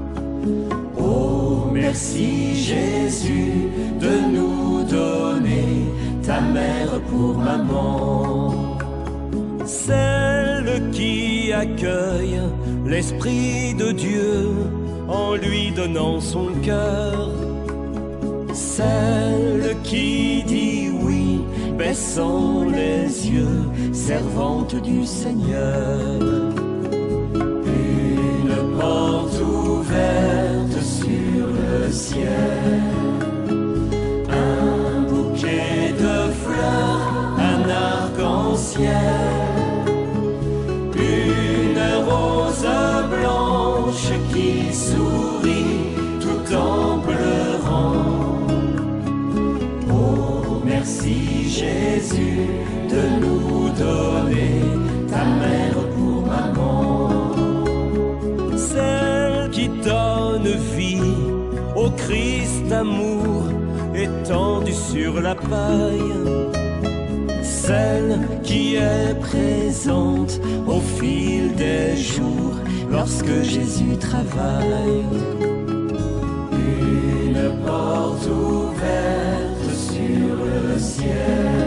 Speaker 3: Oh, merci Jésus de nous donner ta mère pour maman. Celle qui accueille l'Esprit de Dieu en lui donnant son cœur. Celle qui dit oui, baissant les yeux, servante du Seigneur. Une porte ouverte sur le ciel, un bouquet de fleurs, un arc-en-ciel, une rose blanche qui sourit tout en pleurant. Oh, merci Jésus de nous donner ta mère pour maman. Celle qui donne vie au Christ amour étendu sur la paille. Celle qui est présente au fil des jours lorsque Jésus travaille. Une porte ouverte sur le ciel,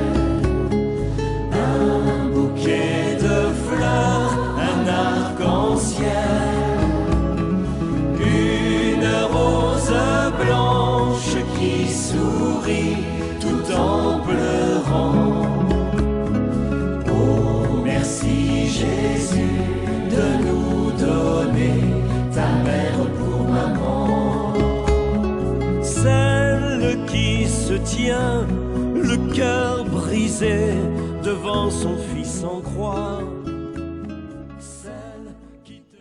Speaker 3: un bouquet de fleurs, un arc-en-ciel, une rose blanche qui sourit tout en pleurant. Oh, merci Jésus de nous donner ta mère pour maman. Celle qui se tient le cœur brisé devant son fils en croix. Celle qui te...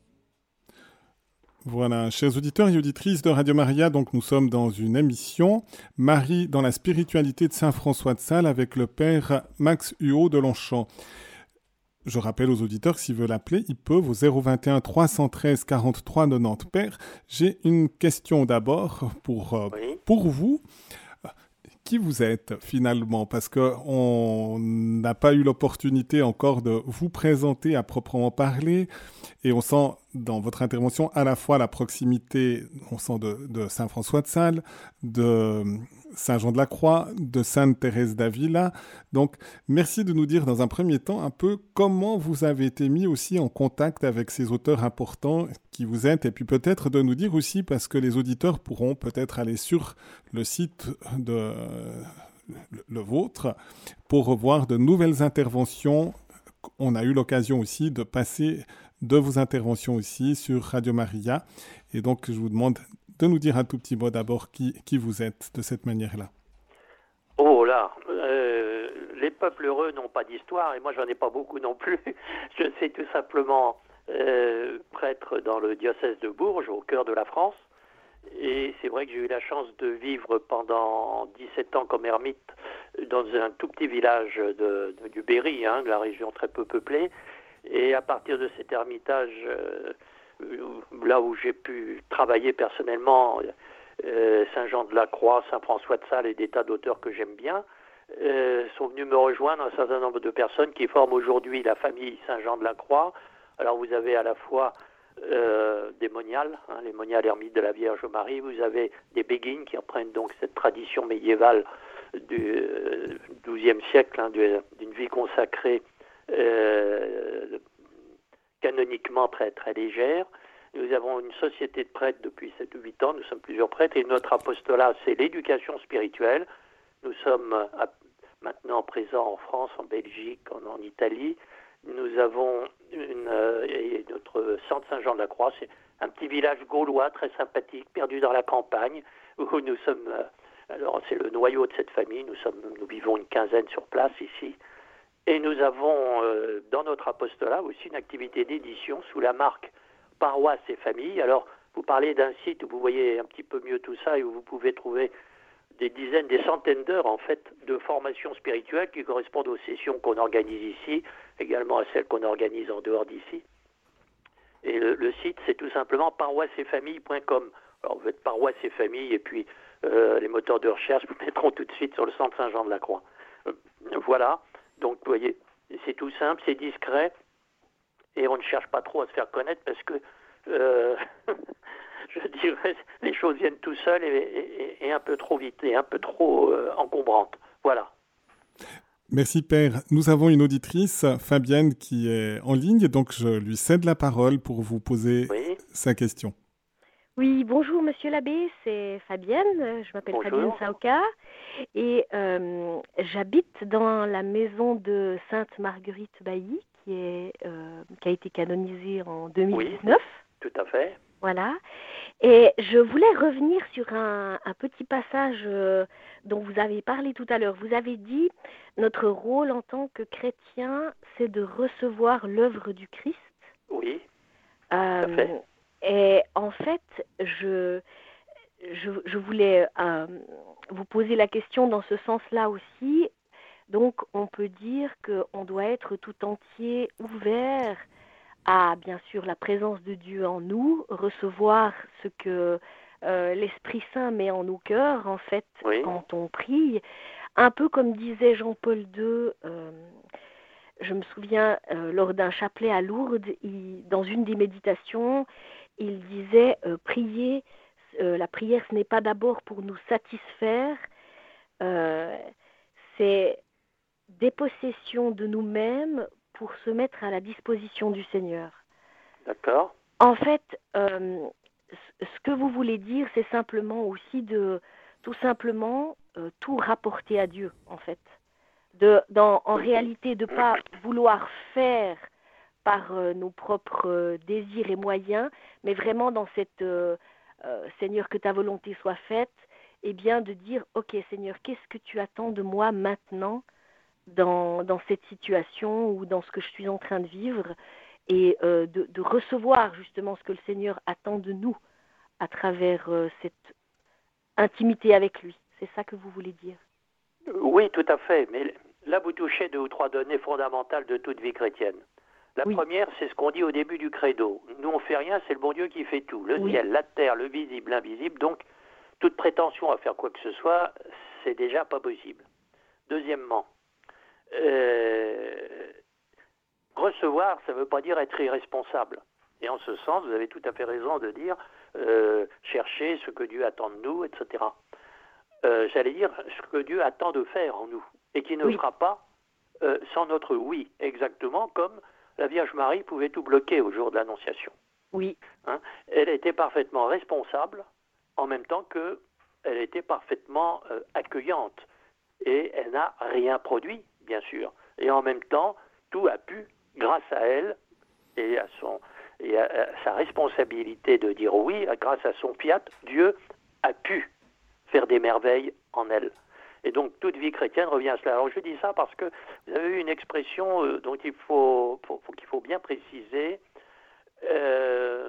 Speaker 1: Voilà, chers auditeurs et auditrices de Radio Maria, donc nous sommes dans une émission Marie dans la spiritualité de Saint François de Sales avec le père Max Huot de Longchamp. Je rappelle aux auditeurs que s'ils veulent appeler, ils peuvent au zéro vingt et un trois cent treize quarante-trois quatre-vingt-dix. Père, j'ai une question d'abord pour, euh,
Speaker 2: Oui.
Speaker 1: pour vous. Qui vous êtes finalement? Parce qu'on n'a pas eu l'opportunité encore de vous présenter à proprement parler et on sent dans votre intervention à la fois la proximité, on sent de, de Saint François de Sales, de Saint Jean de la Croix, de Sainte Thérèse d'Avila. Donc merci de nous dire dans un premier temps un peu comment vous avez été mis aussi en contact avec ces auteurs importants qui vous êtes et puis peut-être de nous dire aussi, parce que les auditeurs pourront peut-être aller sur le site de euh, le, le vôtre pour revoir de nouvelles interventions. On a eu l'occasion aussi de passer de vos interventions aussi sur Radio Maria. Et donc, je vous demande de nous dire un tout petit mot d'abord qui, qui vous êtes de cette manière-là.
Speaker 2: Oh là, euh, les peuples heureux n'ont pas d'histoire et moi j'en ai pas beaucoup non plus. Je suis tout simplement euh, prêtre dans le diocèse de Bourges, au cœur de la France. Et c'est vrai que j'ai eu la chance de vivre pendant dix-sept ans comme ermite dans un tout petit village de, de, du Berry, hein, de la région très peu peuplée. Et à partir de cet ermitage, euh, là où j'ai pu travailler personnellement, euh, Saint Jean de la Croix, Saint François de Sales et des tas d'auteurs que j'aime bien, euh, sont venus me rejoindre un certain nombre de personnes qui forment aujourd'hui la famille Saint Jean de la Croix. Alors vous avez à la fois euh, des moniales, hein, les moniales ermites de la Vierge Marie, vous avez des béguines qui reprennent donc cette tradition médiévale du euh, douzième siècle, hein, d'une vie consacrée Euh, canoniquement très, très légère. Nous avons une société de prêtres depuis sept ou huit ans, nous sommes plusieurs prêtres, et notre apostolat, c'est l'éducation spirituelle. Nous sommes à, maintenant présents en France, en Belgique, en, en Italie. Nous avons une, euh, et notre centre Saint-Jean de la Croix, c'est un petit village gaulois très sympathique, perdu dans la campagne, où nous sommes, euh, alors c'est le noyau de cette famille, nous, sommes, nous vivons une quinzaine sur place ici. Et nous avons euh, dans notre apostolat aussi une activité d'édition sous la marque Paroisse et Famille. Alors, vous parlez d'un site où vous voyez un petit peu mieux tout ça et où vous pouvez trouver des dizaines, des centaines d'heures en fait de formation spirituelle qui correspondent aux sessions qu'on organise ici, également à celles qu'on organise en dehors d'ici. Et le, le site, c'est tout simplement paroisse et famille point com. Alors, vous faites Paroisse et Famille et puis euh, les moteurs de recherche vous mettront tout de suite sur le centre Saint-Jean de la Croix. Euh, voilà. Donc, vous voyez, c'est tout simple, c'est discret, et on ne cherche pas trop à se faire connaître parce que, euh, je dirais, les choses viennent tout seules et, et, et un peu trop vite, et un peu trop euh, encombrantes. Voilà.
Speaker 1: Merci Père. Nous avons une auditrice, Fabienne, qui est en ligne, donc je lui cède la parole pour vous poser
Speaker 2: Oui.
Speaker 1: sa question.
Speaker 4: Oui, bonjour Monsieur l'abbé, c'est Fabienne, je m'appelle
Speaker 2: Bonjour.
Speaker 4: Fabienne Saoka et euh, j'habite dans la maison de Sainte Marguerite Bailly qui, est, euh, qui a été canonisée en deux mille dix-neuf.
Speaker 2: Oui, tout à fait.
Speaker 4: Voilà. Et je voulais revenir sur un, un petit passage euh, dont vous avez parlé tout à l'heure. Vous avez dit, notre rôle en tant que chrétien, c'est de recevoir l'œuvre du Christ.
Speaker 2: Oui,
Speaker 4: Euh,
Speaker 2: tout à fait.
Speaker 4: Et en fait, je, je, je voulais euh, vous poser la question dans ce sens-là aussi. Donc, on peut dire qu'on doit être tout entier ouvert à, bien sûr, la présence de Dieu en nous, recevoir ce que euh, l'Esprit Saint met en nos cœurs, en fait,
Speaker 2: Oui.
Speaker 4: quand on prie. Un peu comme disait Jean-Paul deux, euh, je me souviens, euh, lors d'un chapelet à Lourdes, il, dans une des méditations, il disait euh, prier, euh, la prière, ce n'est pas d'abord pour nous satisfaire, euh, c'est dépossession de nous-mêmes pour se mettre à la disposition du Seigneur.
Speaker 2: D'accord.
Speaker 4: En fait, euh, ce que vous voulez dire, c'est simplement aussi de tout simplement euh, tout rapporter à Dieu, en fait. De, dans, en réalité, de ne pas vouloir faire par euh, nos propres euh, désirs et moyens, mais vraiment dans cette euh, euh, Seigneur, que ta volonté soit faite, et bien de dire, ok Seigneur, qu'est-ce que tu attends de moi maintenant dans, dans cette situation ou dans ce que je suis en train de vivre, et euh, de, de recevoir justement ce que le Seigneur attend de nous à travers euh, cette intimité avec lui. C'est ça que vous voulez dire?
Speaker 2: Oui, tout à fait. Mais là, vous touchez deux ou trois données fondamentales de toute vie chrétienne. La
Speaker 4: Oui.
Speaker 2: première, c'est ce qu'on dit au début du credo. Nous, on fait rien, c'est le bon Dieu qui fait tout. Le
Speaker 4: Oui.
Speaker 2: ciel, la terre, le visible, l'invisible. Donc, toute prétention à faire quoi que ce soit, c'est déjà pas possible. Deuxièmement, euh, recevoir, ça ne veut pas dire être irresponsable. Et en ce sens, vous avez tout à fait raison de dire euh, chercher ce que Dieu attend de nous, et cetera. Euh, j'allais dire ce que Dieu attend de faire en nous et qui ne
Speaker 4: Oui.
Speaker 2: fera pas euh, sans notre oui, exactement comme la Vierge Marie pouvait tout bloquer au jour de l'Annonciation.
Speaker 4: Oui.
Speaker 2: Hein? Elle était parfaitement responsable en même temps qu'elle était parfaitement euh, accueillante et elle n'a rien produit, bien sûr. Et en même temps, tout a pu, grâce à elle et à, son, et à, à sa responsabilité de dire oui, grâce à son fiat, Dieu a pu faire des merveilles en elle. Et donc, toute vie chrétienne revient à cela. Alors, je dis ça parce que vous avez eu une expression euh, dont il faut, faut, faut, qu'il faut bien préciser. Euh,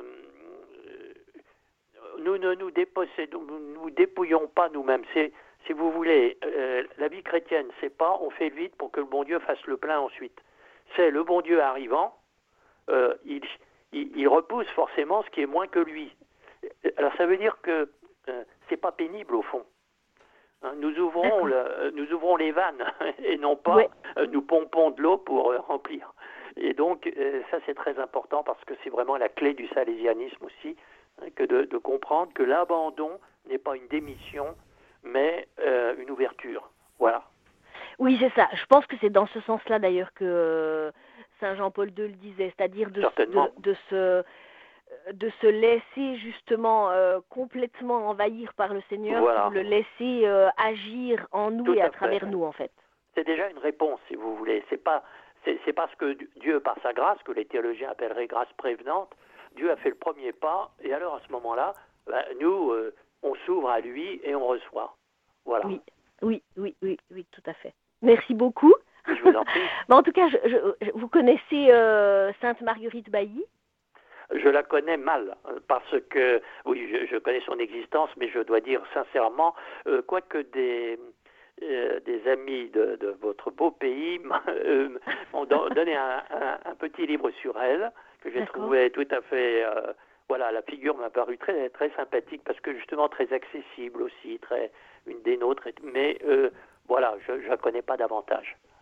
Speaker 2: nous ne nous, dépossédons, nous dépouillons pas nous-mêmes. C'est, si vous voulez, euh, la vie chrétienne, c'est pas on fait vite pour que le bon Dieu fasse le plein ensuite. C'est le bon Dieu arrivant, euh, il, il, il repousse forcément ce qui est moins que lui. Alors, ça veut dire que euh, c'est pas pénible au fond. Nous ouvrons, le, nous ouvrons les vannes et non pas
Speaker 4: Ouais.
Speaker 2: nous pompons de l'eau pour euh, remplir. Et donc, euh, ça c'est très important parce que c'est vraiment la clé du salésianisme aussi, hein, que de, de comprendre que l'abandon n'est pas une démission, mais euh, une ouverture. Voilà.
Speaker 4: Oui, c'est ça. Je pense que c'est dans ce sens-là d'ailleurs que euh, Saint Jean-Paul deux le disait, c'est-à-dire de,
Speaker 2: Certainement.
Speaker 4: de, de se de se laisser justement euh, complètement envahir par le Seigneur,
Speaker 2: Voilà.
Speaker 4: pour le laisser euh, agir en nous
Speaker 2: Tout
Speaker 4: et
Speaker 2: à
Speaker 4: à travers
Speaker 2: fait.
Speaker 4: nous en fait.
Speaker 2: C'est déjà une réponse, si vous voulez. C'est pas, c'est, c'est parce que Dieu, par sa grâce, que les théologiens appelleraient grâce prévenante, Dieu a fait le premier pas, et alors à ce moment-là, ben, nous, euh, on s'ouvre à lui et on reçoit. Voilà.
Speaker 4: Oui, oui, oui, oui, oui, tout à fait. Merci beaucoup.
Speaker 2: Je vous en prie.
Speaker 4: Mais en tout cas, je, je, vous connaissez euh, Sainte Marguerite Bailly?
Speaker 2: Je la connais mal, parce que, oui, je, je connais son existence, mais je dois dire sincèrement, euh, quoique des, euh, des amis de, de votre beau pays euh, m'ont donné un, un, un petit livre sur elle, que j'ai
Speaker 4: D'accord.
Speaker 2: trouvé tout à fait, euh, voilà, la figure m'a paru très, très sympathique, parce que justement très accessible aussi, très, une des nôtres, mais euh, voilà, je ne la connais pas davantage.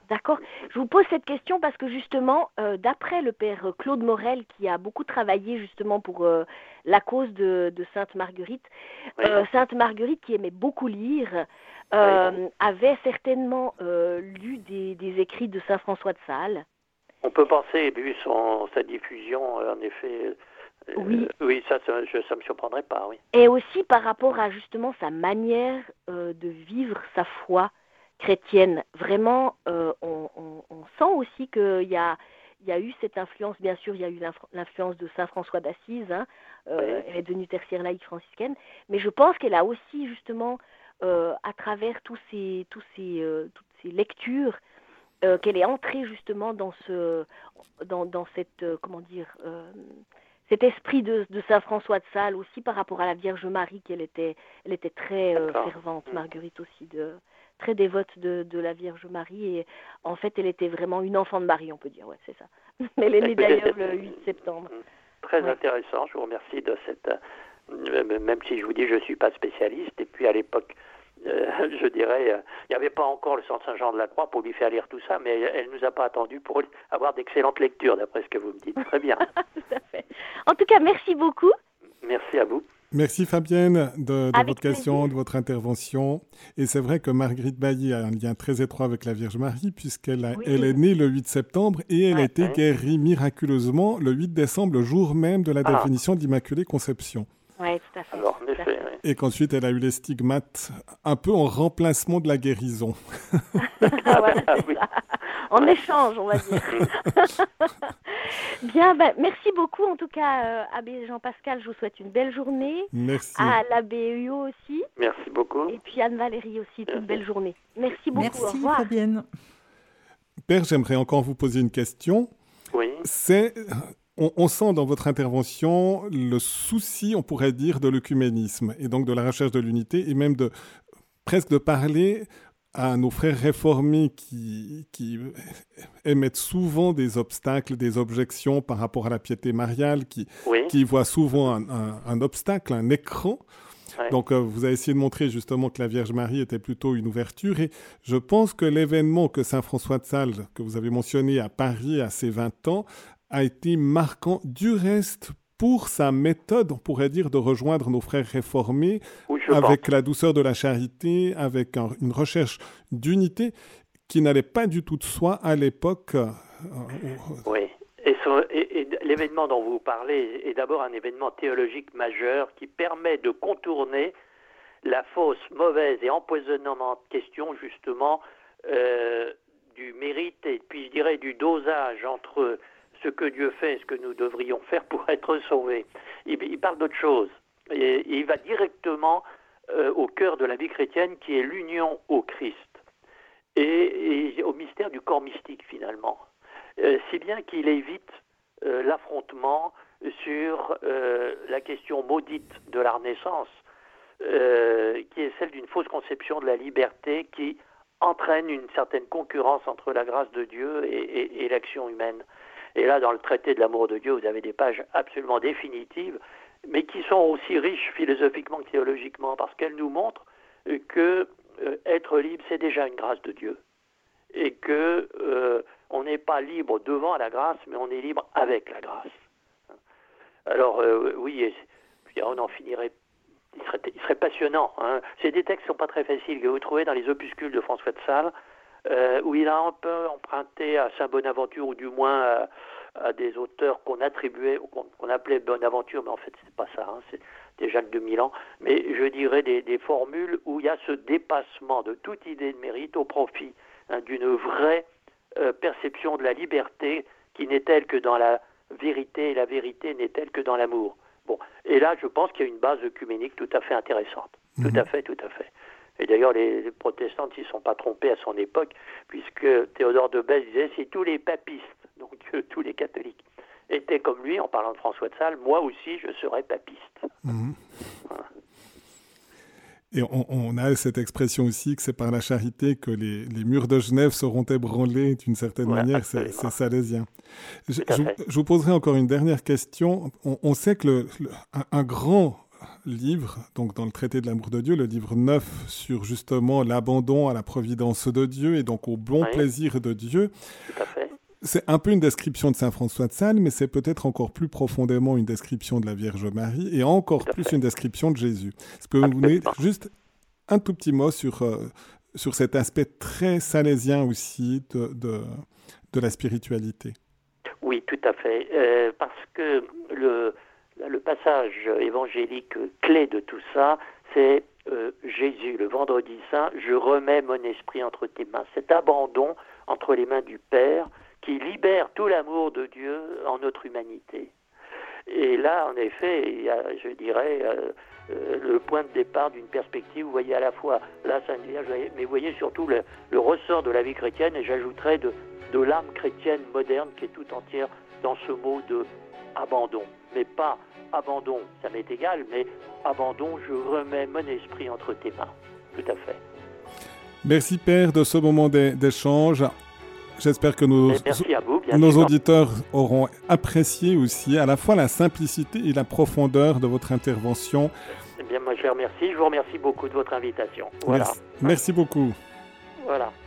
Speaker 4: D'accord. Je vous pose cette question parce que justement, euh, d'après le père Claude Morel, qui a beaucoup travaillé justement pour euh, la cause de, de Sainte Marguerite,
Speaker 2: Oui.
Speaker 4: euh, Sainte Marguerite, qui aimait beaucoup lire, euh,
Speaker 2: Oui.
Speaker 4: avait certainement euh, lu des, des écrits de Saint François de Sales.
Speaker 2: On peut penser, vu son, sa diffusion, euh, en effet. euh,
Speaker 4: Oui.
Speaker 2: Oui, ça, ça, je, ça me surprendrait pas, oui.
Speaker 4: Et aussi par rapport à justement sa manière euh, de vivre sa foi chrétienne. Vraiment, euh, on, on, on sent aussi qu'il y a, il y a eu cette influence. Bien sûr, il y a eu l'influ- l'influence de Saint François d'Assise. Hein. Euh,
Speaker 2: Oui.
Speaker 4: Elle est devenue tertiaire laïque franciscaine. Mais je pense qu'elle a aussi justement, euh, à travers tous ces, tous ces, euh, toutes ces lectures, euh, qu'elle est entrée justement dans ce, dans, dans cette, euh, comment dire, euh, cet esprit de, de Saint François de Sales aussi par rapport à la Vierge Marie, qu'elle était, elle était très euh,
Speaker 2: D'accord.
Speaker 4: fervente,
Speaker 2: Mm.
Speaker 4: Marguerite aussi, de, très dévote de, de la Vierge Marie. Et en fait, elle était vraiment une enfant de Marie, on peut dire, ouais, c'est ça. Elle est née d'ailleurs le huit septembre.
Speaker 2: Mm. Très
Speaker 4: Ouais.
Speaker 2: intéressant, je vous remercie de cette... euh, même si je vous dis, je ne suis pas spécialiste, et puis à l'époque, euh, je dirais, euh, il n'y avait pas encore le Centre Saint-Jean de la Croix pour lui faire lire tout ça, mais elle ne nous a pas attendu pour avoir d'excellentes lectures, d'après ce que vous me dites. Très bien.
Speaker 4: Tout à fait. En tout cas, merci beaucoup.
Speaker 2: Merci à vous.
Speaker 1: Merci Fabienne de, de
Speaker 4: Avec
Speaker 1: votre question,
Speaker 4: plaisir.
Speaker 1: de votre intervention. Et c'est vrai que Marguerite Bailly a un lien très étroit avec la Vierge Marie puisqu'elle a-
Speaker 4: Oui.
Speaker 1: elle est née le huit septembre et elle a
Speaker 4: Ouais.
Speaker 1: été
Speaker 2: Ouais.
Speaker 1: guérie miraculeusement le huit décembre, le jour même de la
Speaker 2: Ah.
Speaker 1: définition de l'Immaculée Conception.
Speaker 4: Oui, tout à fait.
Speaker 2: Alors, en
Speaker 4: tout à
Speaker 2: effet,
Speaker 4: fait.
Speaker 2: oui.
Speaker 1: Et qu'ensuite elle a eu les stigmates un peu en remplacement de la guérison.
Speaker 4: Voilà,
Speaker 2: Ah
Speaker 4: c'est
Speaker 2: oui.
Speaker 4: ça. En échange, on va dire. Bien, ben, merci beaucoup en tout cas, euh, Abbé Jean-Pascal. Je vous souhaite une belle journée.
Speaker 1: Merci.
Speaker 4: À l'abbé Huot aussi.
Speaker 2: Merci beaucoup.
Speaker 4: Et puis Anne-Valérie aussi, toute
Speaker 2: Merci.
Speaker 4: belle journée. Merci beaucoup. Au
Speaker 5: Merci
Speaker 4: revoir.
Speaker 5: Fabienne.
Speaker 1: Père, j'aimerais encore vous poser une question.
Speaker 2: Oui.
Speaker 1: C'est, on, on sent dans votre intervention le souci, on pourrait dire, de l'œcuménisme et donc de la recherche de l'unité et même de presque de parler à nos frères réformés qui, qui émettent souvent des obstacles, des objections par rapport à la piété mariale, qui,
Speaker 2: Oui.
Speaker 1: qui voient souvent un, un- un obstacle, un écran.
Speaker 2: Ouais.
Speaker 1: Donc, euh, vous avez essayé de montrer justement que la Vierge Marie était plutôt une ouverture. Et je pense que l'événement que Saint François de Sales, que vous avez mentionné à Paris à ses vingt ans, a été marquant du reste pour sa méthode, on pourrait dire, de rejoindre nos frères réformés
Speaker 2: Oui, je
Speaker 1: avec
Speaker 2: pense.
Speaker 1: la douceur de la charité, avec un- une recherche d'unité qui n'allait pas du tout de soi à l'époque. euh, où-
Speaker 2: Oui. Et, ce- et- et l'événement dont vous parlez est d'abord un événement théologique majeur qui permet de contourner la fausse, mauvaise et empoisonnante question justement euh, du mérite et puis je dirais du dosage entre ce que Dieu fait et ce que nous devrions faire pour être sauvés. Il, il parle d'autre chose. Et, il va directement euh, au cœur de la vie chrétienne qui est l'union au Christ et, et au mystère du corps mystique finalement. Euh, si bien qu'il évite euh, l'affrontement sur euh, la question maudite de la Renaissance, euh, qui est celle d'une fausse conception de la liberté qui entraîne une certaine concurrence entre la grâce de Dieu et, et, et l'action humaine. Et là, dans le traité de l'amour de Dieu, vous avez des pages absolument définitives, mais qui sont aussi riches philosophiquement que théologiquement, parce qu'elles nous montrent euh, que euh, être libre, c'est déjà une grâce de Dieu. Et que euh, on n'est pas libre devant la grâce, mais on est libre avec la grâce. Alors euh, oui, et, puis on en finirait. Il serait, il serait passionnant. Hein. C'est des textes qui ne sont pas très faciles que vous trouvez dans les opuscules de François de Sales, euh, où il a un peu emprunté à Saint Bonaventure, ou du moins à, à des auteurs qu'on attribuait, qu'on, qu'on appelait Bonaventure, mais en fait c'est pas ça. Hein. C'est déjà de Milan. Mais je dirais des, des formules où il y a ce dépassement de toute idée de mérite au profit hein, d'une vraie euh, perception de la liberté qui n'est telle que dans la vérité, et la vérité n'est telle que dans l'amour. Bon, et là, je pense qu'il y a une base œcuménique tout à fait intéressante. Mmh. Tout à fait, tout à fait. Et d'ailleurs, les, les protestants ne s'y sont pas trompés à son époque, puisque Théodore de Bèze disait, si tous les papistes, donc euh, tous les catholiques, étaient comme lui, en parlant de François de Sales, moi aussi, je serais papiste.
Speaker 1: Mmh. Voilà. Et on, on a cette expression aussi que c'est par la charité que les, les murs de Genève seront ébranlés d'une certaine ouais, manière, c'est, c'est salésien. Je, je, je vous poserai encore une dernière question. On, on sait que le, le, un, un grand livre, donc dans le traité de l'amour de Dieu, le livre neuf sur justement l'abandon à la providence de Dieu et donc au bon
Speaker 2: Oui.
Speaker 1: plaisir de Dieu.
Speaker 2: Tout à fait.
Speaker 1: C'est un peu une description de saint François de Sales, mais c'est peut-être encore plus profondément une description de la Vierge Marie et encore
Speaker 2: Tout à
Speaker 1: plus
Speaker 2: fait.
Speaker 1: une description de Jésus. Est-ce que vous voulez
Speaker 2: Absolument.
Speaker 1: juste un tout petit mot sur, euh, sur cet aspect très salésien aussi de, de, de la spiritualité?
Speaker 2: Oui, tout à fait. Euh, parce que le, le passage évangélique clé de tout ça, c'est euh, Jésus, le vendredi saint, je remets mon esprit entre tes mains. Cet abandon entre les mains du Père qui libère tout l'amour de Dieu en notre humanité. Et là, en effet, il y a, je dirais, euh, euh, le point de départ d'une perspective, vous voyez à la fois la Sainte Vierge, mais vous voyez surtout le, le ressort de la vie chrétienne, et j'ajouterais de, de l'âme chrétienne moderne qui est tout entière dans ce mot de abandon. Mais pas abandon, ça m'est égal, mais abandon, je remets mon esprit entre tes mains. Tout à fait.
Speaker 1: Merci Père de ce moment d'é- d'échange. J'espère que nos,
Speaker 2: Et merci à vous, bien
Speaker 1: nos
Speaker 2: sûr.
Speaker 1: auditeurs auront apprécié aussi à la fois la simplicité et la profondeur de votre intervention.
Speaker 2: Eh bien, moi, je les remercie. Je vous remercie beaucoup de votre invitation. Voilà.
Speaker 1: Merci, merci beaucoup.
Speaker 2: Voilà.